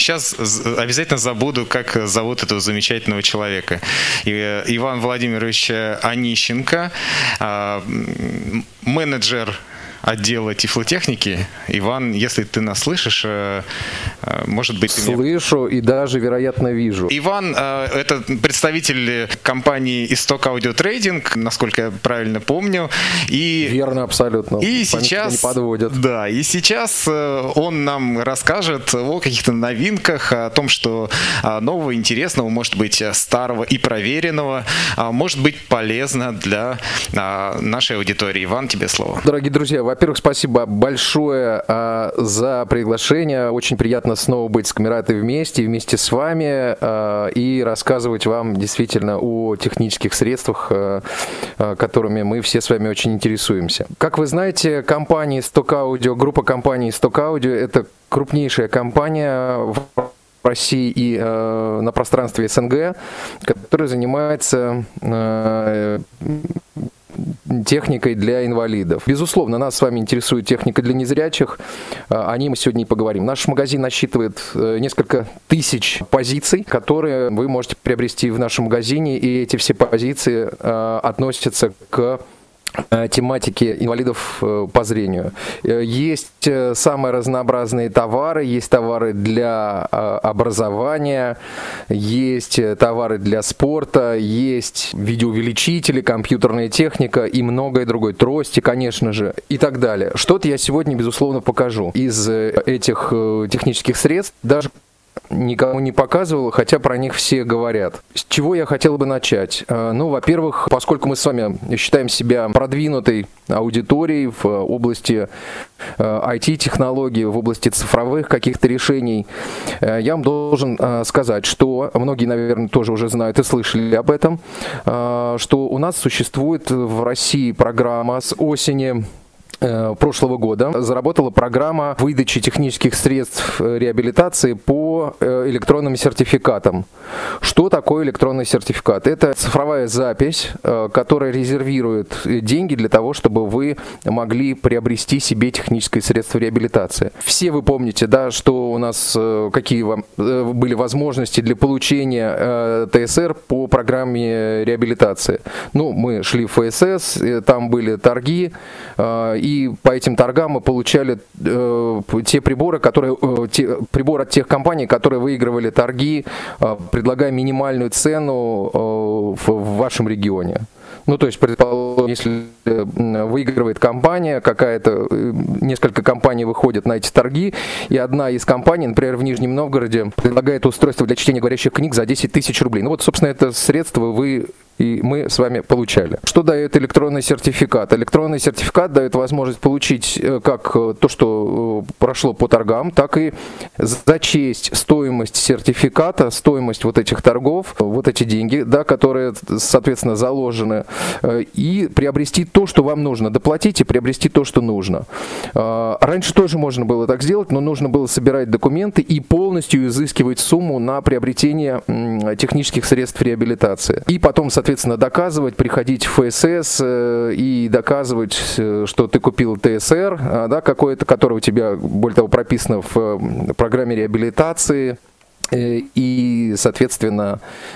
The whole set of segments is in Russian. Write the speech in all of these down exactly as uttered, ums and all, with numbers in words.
Сейчас обязательно забуду, как зовут этого замечательного человека. Иван Владимирович Онищенко, менеджер отдела тифлотехники. Иван, если ты нас слышишь, может быть... Ты Слышу меня... и даже, вероятно, вижу. Иван — это представитель компании Исток Аудио Трейдинг, насколько я правильно помню. И... Верно, абсолютно. И сейчас... не подводят. Да, и сейчас он нам расскажет о каких-то новинках, о том, что нового, интересного, может быть, старого и проверенного, может быть полезно для нашей аудитории. Иван, тебе слово. Дорогие друзья, во-первых, спасибо большое а, за приглашение. Очень приятно снова быть с Камератой вместе, вместе с вами а, и рассказывать вам действительно о технических средствах, а, а, которыми мы все с вами очень интересуемся. Как вы знаете, компания Исток Аудио, группа компаний Исток Аудио — это крупнейшая компания в России и э, на пространстве СНГ, которая занимается э, техникой для инвалидов. Безусловно, нас с вами интересует техника для незрячих. О ней мы сегодня и поговорим. Наш магазин насчитывает несколько тысяч позиций, которые вы можете приобрести в нашем магазине, и эти все позиции относятся к тематики инвалидов по зрению. Есть самые разнообразные товары, есть товары для образования, есть товары для спорта, есть видеоувеличители, компьютерная техника и многое другое, трости, конечно же, и так далее. Что-то я сегодня, безусловно, покажу из этих технических средств, даже никому не показывал, хотя про них все говорят. С чего я хотел бы начать? Ну, во-первых, поскольку мы с вами считаем себя продвинутой аудиторией в области ай ти-технологий, в области цифровых каких-то решений, я вам должен сказать, что многие, наверное, тоже уже знают и слышали об этом, что у нас существует в России программа с осени прошлого года. Заработала программа выдачи технических средств реабилитации по электронным сертификатам. Что такое электронный сертификат? Это цифровая запись, которая резервирует деньги для того, чтобы вы могли приобрести себе техническое средство реабилитации. Все вы помните, да, что у нас какие были возможности для получения тэ эс эр по программе реабилитации. Ну, мы шли в эф эс эс, там были торги, и И по этим торгам мы получали э, те приборы, которые, э, те, приборы от тех компаний, которые выигрывали торги, э, предлагая минимальную цену э, в, в вашем регионе. Ну, то есть, предположим, если выигрывает компания, какая-то, несколько компаний выходят на эти торги, и одна из компаний, например, в Нижнем Новгороде, предлагает устройство для чтения говорящих книг за десять тысяч рублей. Ну вот, собственно, это средство вы и мы с вами получали. Что дает электронный сертификат? Электронный сертификат дает возможность получить как то, что прошло по торгам, так и зачесть стоимость сертификата, стоимость вот этих торгов, вот эти деньги, да, которые, соответственно, заложены, и приобрести то, что вам нужно. Доплатить и приобрести то, что нужно. Раньше тоже можно было так сделать, но нужно было собирать документы и полностью изыскивать сумму на приобретение технических средств реабилитации. И потом, соответственно, доказывать, приходить в эф эс эс и доказывать, что ты купил тэ эс эр, да, какое-то, которое у тебя, более того, прописано в программе реабилитации, и, соответственно,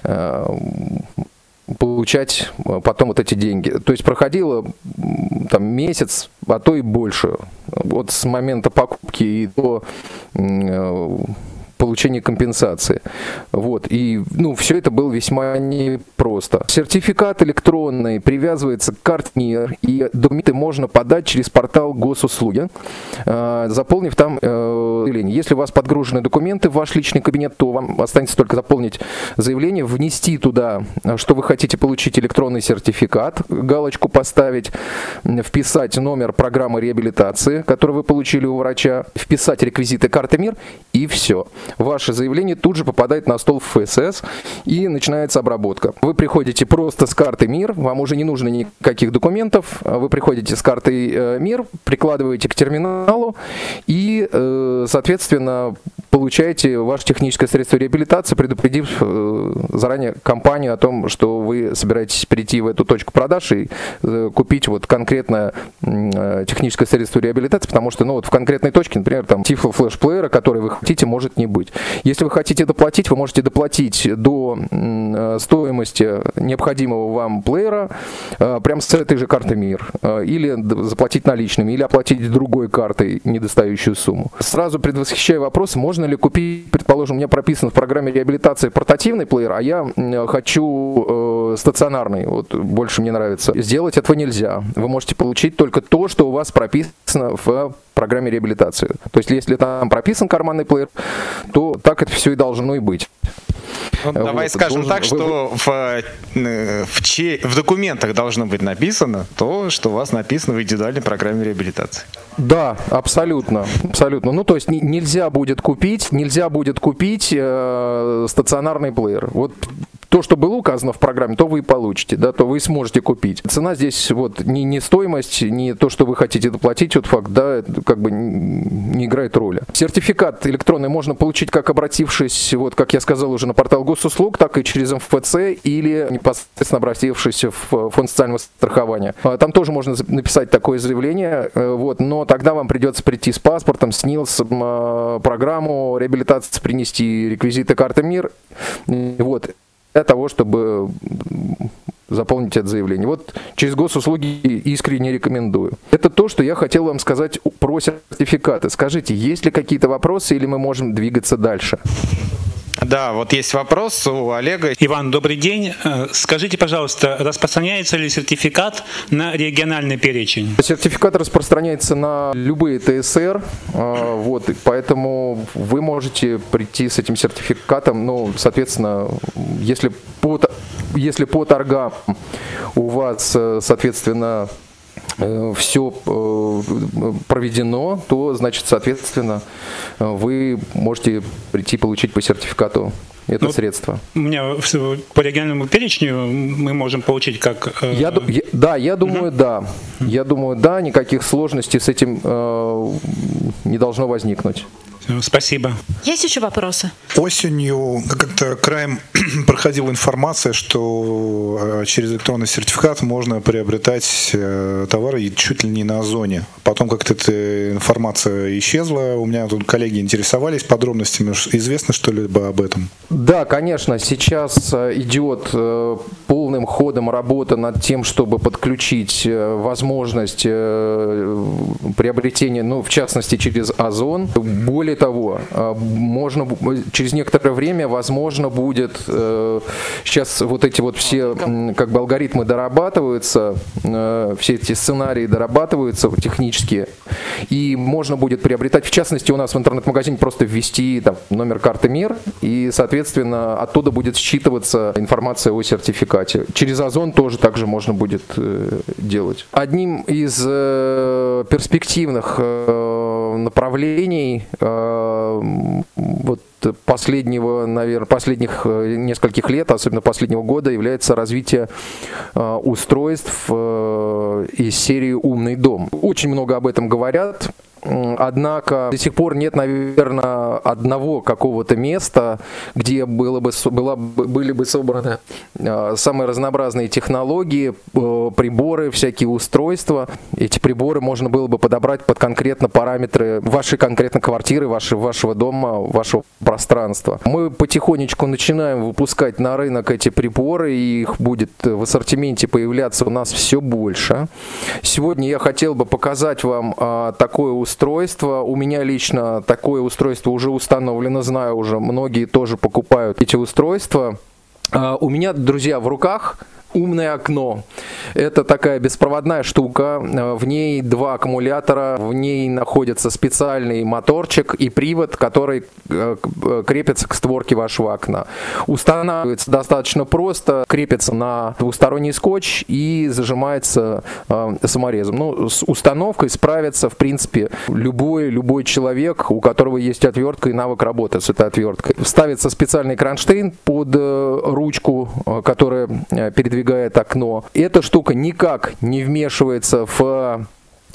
получать потом вот эти деньги. То есть проходило там месяц, а то и больше. Вот с момента покупки и до получения компенсации. Вот. И, ну, все это было весьма непросто. Сертификат электронный привязывается к карте МИР, и документы можно подать через портал госуслуги, э, заполнив там э, заявление. Если у вас подгружены документы в ваш личный кабинет, то вам останется только заполнить заявление, внести туда, что вы хотите получить электронный сертификат, галочку поставить, вписать номер программы реабилитации, которую вы получили у врача, вписать реквизиты карты МИР, и все. Ваше заявление тут же попадает на стол в эф эс эс, и начинается обработка. Вы приходите просто с карты МИР, вам уже не нужно никаких документов, вы приходите с картой МИР, прикладываете к терминалу и, соответственно, получаете ваше техническое средство реабилитации, предупредив э, заранее компанию о том, что вы собираетесь прийти в эту точку продаж и э, купить вот конкретное э, техническое средство реабилитации, потому что, ну, вот в конкретной точке, например, там Tiflo флешплеера, который вы хотите, может не быть. Если вы хотите доплатить, вы можете доплатить до э, стоимости необходимого вам плеера э, прямо с этой же карты МИР, э, или заплатить наличными, или оплатить другой картой недостающую сумму. Сразу предвосхищаю вопрос, можно ли купить, предположим, у меня прописан в программе реабилитации портативный плеер, а я э, хочу э, стационарный, вот больше мне нравится. Сделать этого нельзя. Вы можете получить только то, что у вас прописано в программе реабилитации. То есть, если там прописан карманный плеер, то так это все и должно и быть. Ну, вот, давай скажем должен... так, что в, в, че... в документах должно быть написано то, что у вас написано в индивидуальной программе реабилитации. Да, абсолютно, абсолютно. Ну, то есть нельзя будет купить, нельзя будет купить э, стационарный плеер. Вот то, что было указано в программе, то вы и получите, да, то вы и сможете купить. Цена здесь вот не, не стоимость, не то, что вы хотите доплатить, вот факт, да, это как бы не играет роли. Сертификат электронный можно получить, как обратившись, вот как я сказал уже, на портал госуслуг, так и через эм эф цэ или непосредственно обратившись в фонд социального страхования. Там тоже можно написать такое заявление, вот, но тогда вам придется прийти с паспортом, с НИЛС, программу реабилитации принести, реквизиты карты МИР, вот, для того, чтобы заполнить это заявление. Вот через госуслуги искренне рекомендую. Это то, что я хотел вам сказать про сертификаты. Скажите, есть ли какие-то вопросы или мы можем двигаться дальше? Да, вот есть вопрос у Олега. Иван, добрый день. Скажите, пожалуйста, распространяется ли сертификат на региональный перечень? Сертификат распространяется на любые тэ эс эр, вот, поэтому вы можете прийти с этим сертификатом, ну, соответственно, если по, если по торгам у вас, соответственно, все проведено, то, значит, соответственно, вы можете прийти получить по сертификату это ну, средство. У меня по региональному перечню мы можем получить как... Я, я, да, я думаю, угу. да. Я думаю, да, никаких сложностей с этим э, не должно возникнуть. Спасибо. Есть еще вопросы? Осенью как-то краем проходила информация, что через электронный сертификат можно приобретать товары чуть ли не на Озоне. Потом как-то эта информация исчезла. У меня тут коллеги интересовались подробностями. Известно что-либо об этом? Да, конечно. Сейчас идет полным ходом работа над тем, чтобы подключить возможность приобретения, ну, в частности, через Озон. Более того, можно через некоторое время, возможно, будет сейчас вот эти вот все как бы алгоритмы дорабатываются, все эти сценарии дорабатываются технически, и можно будет приобретать, в частности, у нас в интернет-магазине просто ввести там номер карты МИР, и, соответственно, оттуда будет считываться информация о сертификате. Через Озон тоже также можно будет делать. Одним из перспективных направлений вот последнего, наверное, последних нескольких лет, особенно последнего года, является развитие устройств из серии «Умный дом». Очень много об этом говорят. Однако до сих пор нет, наверное, одного какого-то места, где было бы, была, были бы собраны самые разнообразные технологии, приборы, всякие устройства. Эти приборы можно было бы подобрать под конкретно параметры вашей конкретно квартиры, вашей, вашего дома, вашего пространства. Мы потихонечку начинаем выпускать на рынок эти приборы, и их будет в ассортименте появляться у нас все больше. Сегодня я хотел бы показать вам такое устройство. Устройство. У меня лично такое устройство уже установлено, знаю, уже многие тоже покупают эти устройства. У меня, друзья, в руках умное окно. Это такая беспроводная штука, в ней два аккумулятора, в ней находится специальный моторчик и привод, который крепится к створке вашего окна. Устанавливается достаточно просто, крепится на двусторонний скотч и зажимается саморезом. Ну, с установкой справится, в принципе, любой, любой человек, у которого есть отвертка и навык работы с этой отверткой. Ставится специальный кронштейн под ручку, которая передвигается окно. Эта штука никак не вмешивается в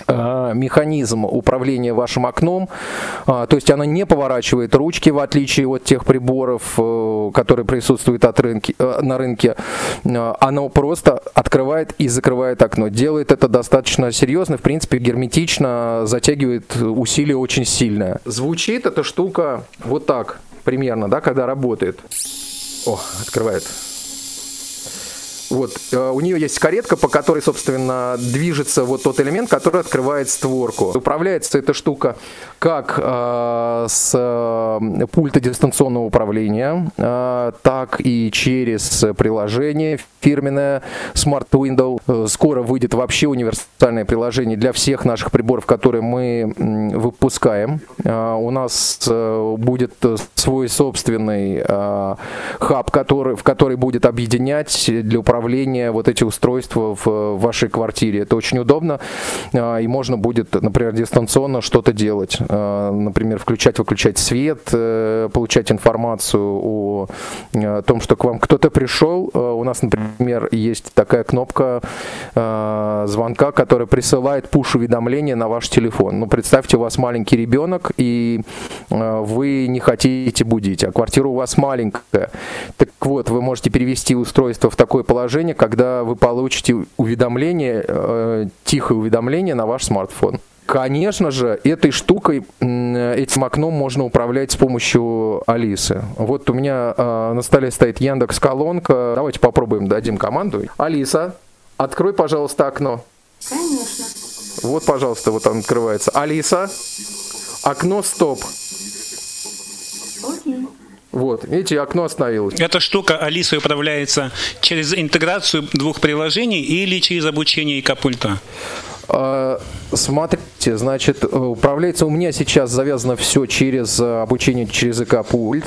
механизм управления вашим окном, то есть она не поворачивает ручки, в отличие от тех приборов, которые присутствуют от рынки, на рынке. Она просто открывает и закрывает окно. Делает это достаточно серьезно, в принципе, герметично, затягивает усилие очень сильное. Звучит эта штука вот так примерно, да, когда работает. О, открывает. Вот, у нее есть каретка, по которой, собственно, движется вот тот элемент, который открывает створку. Управляется эта штука как э, с э, пульта дистанционного управления, э, так и через приложение фирменное Smart Window. Скоро выйдет вообще универсальное приложение для всех наших приборов, которые мы э, выпускаем. Э, у нас э, будет свой собственный э, хаб, который, в который будет объединять для управления вот эти устройства в вашей квартире. Это очень удобно, и можно будет, например, дистанционно что-то делать. Например, включать-выключать свет, получать информацию о том, что к вам кто-то пришел. У нас, например, есть такая кнопка звонка, которая присылает пуш-уведомления на ваш телефон. Ну, представьте, у вас маленький ребенок, и вы не хотите будить, а квартира у вас маленькая. Так вот, вы можете перевести устройство в такое положение, когда вы получите уведомление, э, тихое уведомление на ваш смартфон. Конечно же, этой штукой, этим окном можно управлять с помощью Алисы. Вот у меня э, на столе стоит Яндекс.Колонка. Давайте попробуем, дадим команду. Алиса, открой, пожалуйста, окно. Конечно. Вот, пожалуйста, вот он открывается. Алиса, окно стоп. Окей. Вот, видите, окно остановилось. Эта штука Алисой управляется через интеграцию двух приложений или через обучение ИК-пульта? Смотрите, значит, управляется у меня сейчас завязано все через обучение через ИК-пульт,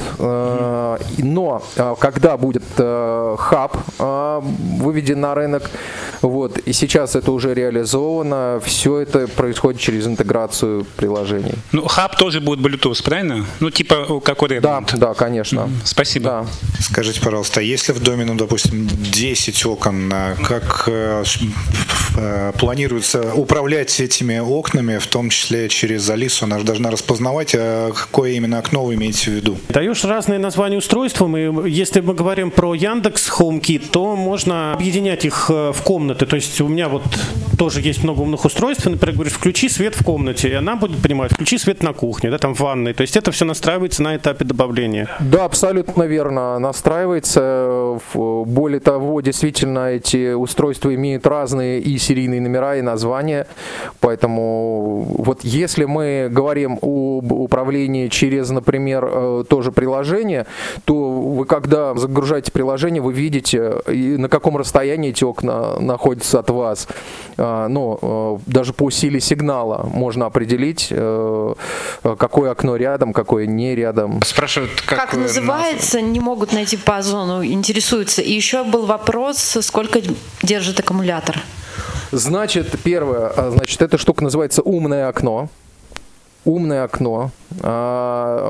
но когда будет хаб выведен на рынок, вот, и сейчас это уже реализовано, все это происходит через интеграцию приложений. Ну, хаб тоже будет Bluetooth, правильно? Ну, типа как у Redmond. Да, да, конечно. Спасибо. Да. Скажите, пожалуйста, если в доме, ну, допустим, десять окон, как э, э, планируется управлять этими окнами, в том числе через Алису? Она же должна распознавать, а какое именно окно вы имеете в виду? Даешь разные названия устройствам, и если мы говорим про Яндекс HomeKit, то можно объединять их в комнаты. То есть у меня вот тоже есть много умных устройств, и, например, говоришь, включи свет в комнате, и она будет понимать, включи свет на кухне, да, там в ванной. То есть это все настраивается на этапе добавления. Да, абсолютно верно, настраивается. Более того, действительно, эти устройства имеют разные и серийные номера, и названия. Поэтому вот если мы говорим об управлении через, например, тоже приложение, то вы, когда загружаете приложение, вы видите, на каком расстоянии эти окна находятся от вас. Ну, даже по силе сигнала можно определить, какое окно рядом, какое не рядом. Спрашивают, как, Как называется, не могут найти по озону, интересуются. И еще был вопрос, сколько держит аккумулятор. Значит, первое, значит, эта штука называется умное окно. Умное окно. А,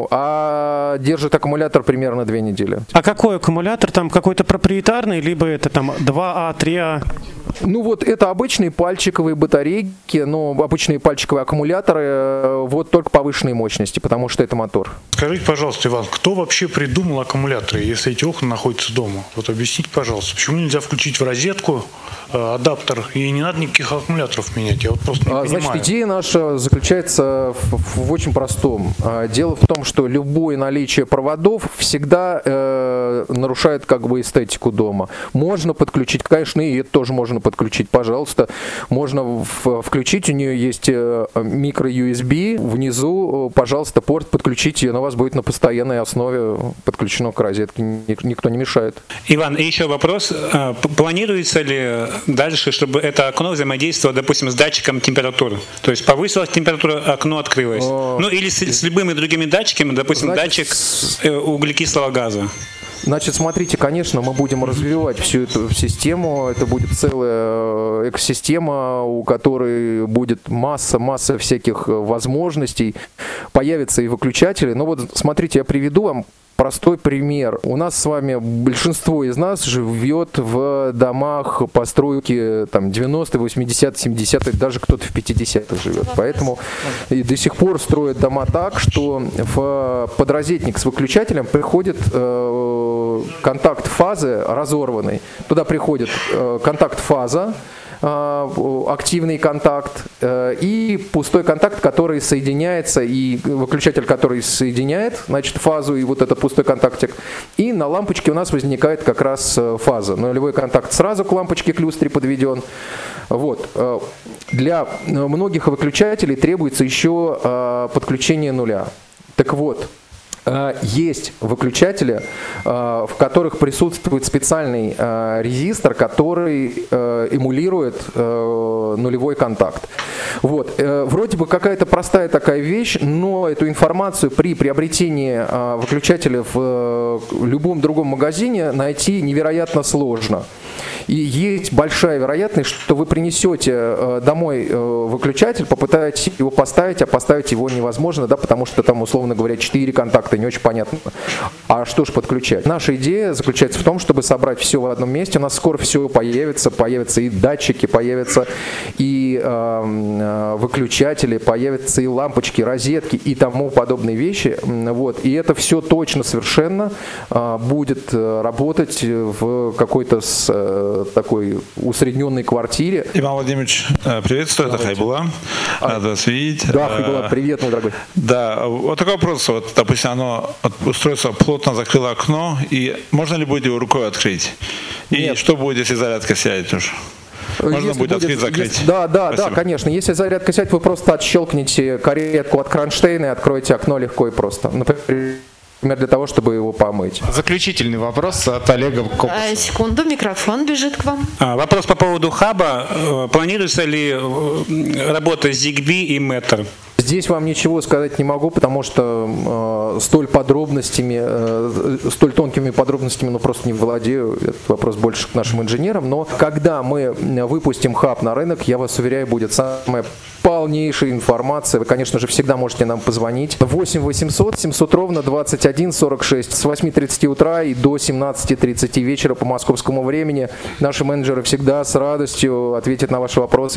а держит аккумулятор примерно две недели. А какой аккумулятор? Там какой-то проприетарный, либо это там два А, три А? Ну вот это обычные пальчиковые батарейки, но обычные пальчиковые аккумуляторы, вот только повышенной мощности, потому что это мотор. Скажите, пожалуйста, Иван, кто вообще придумал аккумуляторы, если эти окна находятся дома? Вот объясните, пожалуйста, почему нельзя включить в розетку э, адаптер и не надо никаких аккумуляторов менять? Я вот просто не а, понимаю. Значит, идея наша заключается в, в очень простом. Дело в том, что любое наличие проводов всегда э, нарушает как бы эстетику дома. Можно подключить, конечно, и это тоже можно подключить, пожалуйста. Можно в, включить, у нее есть микро-ю эс би, внизу, пожалуйста, порт, подключите, и на вас будет на постоянной основе подключено к розетке, никто не мешает. Иван, и еще вопрос. Планируется ли дальше, чтобы это окно взаимодействовало, допустим, с датчиком температуры? То есть повысилась температура, окно открылось. О, ну или с, с любыми другими датчиками, допустим, значит, датчик углекислого газа. Значит, смотрите, конечно, мы будем развивать всю эту систему. Это будет целая экосистема, у которой будет масса-масса всяких возможностей. Появятся и выключатели. Но вот, смотрите, я приведу вам Простой пример. У нас с вами большинство из нас живет в домах постройки там, девяностые, восьмидесятые, семидесятые, даже кто-то в пятидесятых живет. Поэтому и до сих пор строят дома так, что в подрозетник с выключателем приходит э, контакт фазы разорванный. Туда приходит э, контакт фаза, активный контакт и пустой контакт, который соединяется, и выключатель, который соединяет, значит, фазу и вот этот пустой контактик. И на лампочке у нас возникает как раз фаза. Нулевой контакт сразу к лампочке к люстре подведен. Вот. Для многих выключателей требуется еще подключение нуля. Так вот, есть выключатели, в которых присутствует специальный резистор, который эмулирует нулевой контакт. Вот. Вроде бы какая-то простая такая вещь, но эту информацию при приобретении выключателя в любом другом магазине найти невероятно сложно. И есть большая вероятность, что вы принесете домой выключатель, попытаетесь его поставить, а поставить его невозможно, да, потому что там, условно говоря, четыре контакта, не очень понятно. А что же подключать? Наша идея заключается в том, чтобы собрать все в одном месте. У нас скоро все появится, появятся и датчики, появятся и э, выключатели, появятся и лампочки, розетки и тому подобные вещи. Вот. И это все точно совершенно э, будет работать в какой-то с, э, такой усредненной квартире. Иван Владимирович, приветствую, это Хайбула. Рад вас видеть. Да, Хайбула, привет, мой дорогой. Да, вот такой вопрос. Вот, допустим, оно устройство плотно закрыло окно, и можно ли будет его рукой открыть? И Нет. что будет, если зарядка сядет уже? Можно Если будет открыть, закрыть? Если, да, да, Спасибо. да, конечно. Если зарядка сядет, вы просто отщелкните каретку от кронштейна и откроете окно легко и просто. Например, для того, чтобы его помыть. Заключительный вопрос от Олега Копуса. А, секунду, микрофон бежит к вам. А, Вопрос по поводу хаба. Э, Планируется ли э, работа с Zigbee и Matter? Здесь вам ничего сказать не могу, потому что э, столь подробностями, э, столь тонкими подробностями, ну просто не владею. Этот вопрос больше к нашим инженерам. Но когда мы выпустим хаб на рынок, я вас уверяю, будет самая полнейшая информация. Вы, конечно же, всегда можете нам позвонить. восемь восемьсот семьсот ровно двадцать один сорок шесть с восьми тридцати утра и до семнадцати тридцати вечера по московскому времени. Наши менеджеры всегда с радостью ответят на ваши вопросы.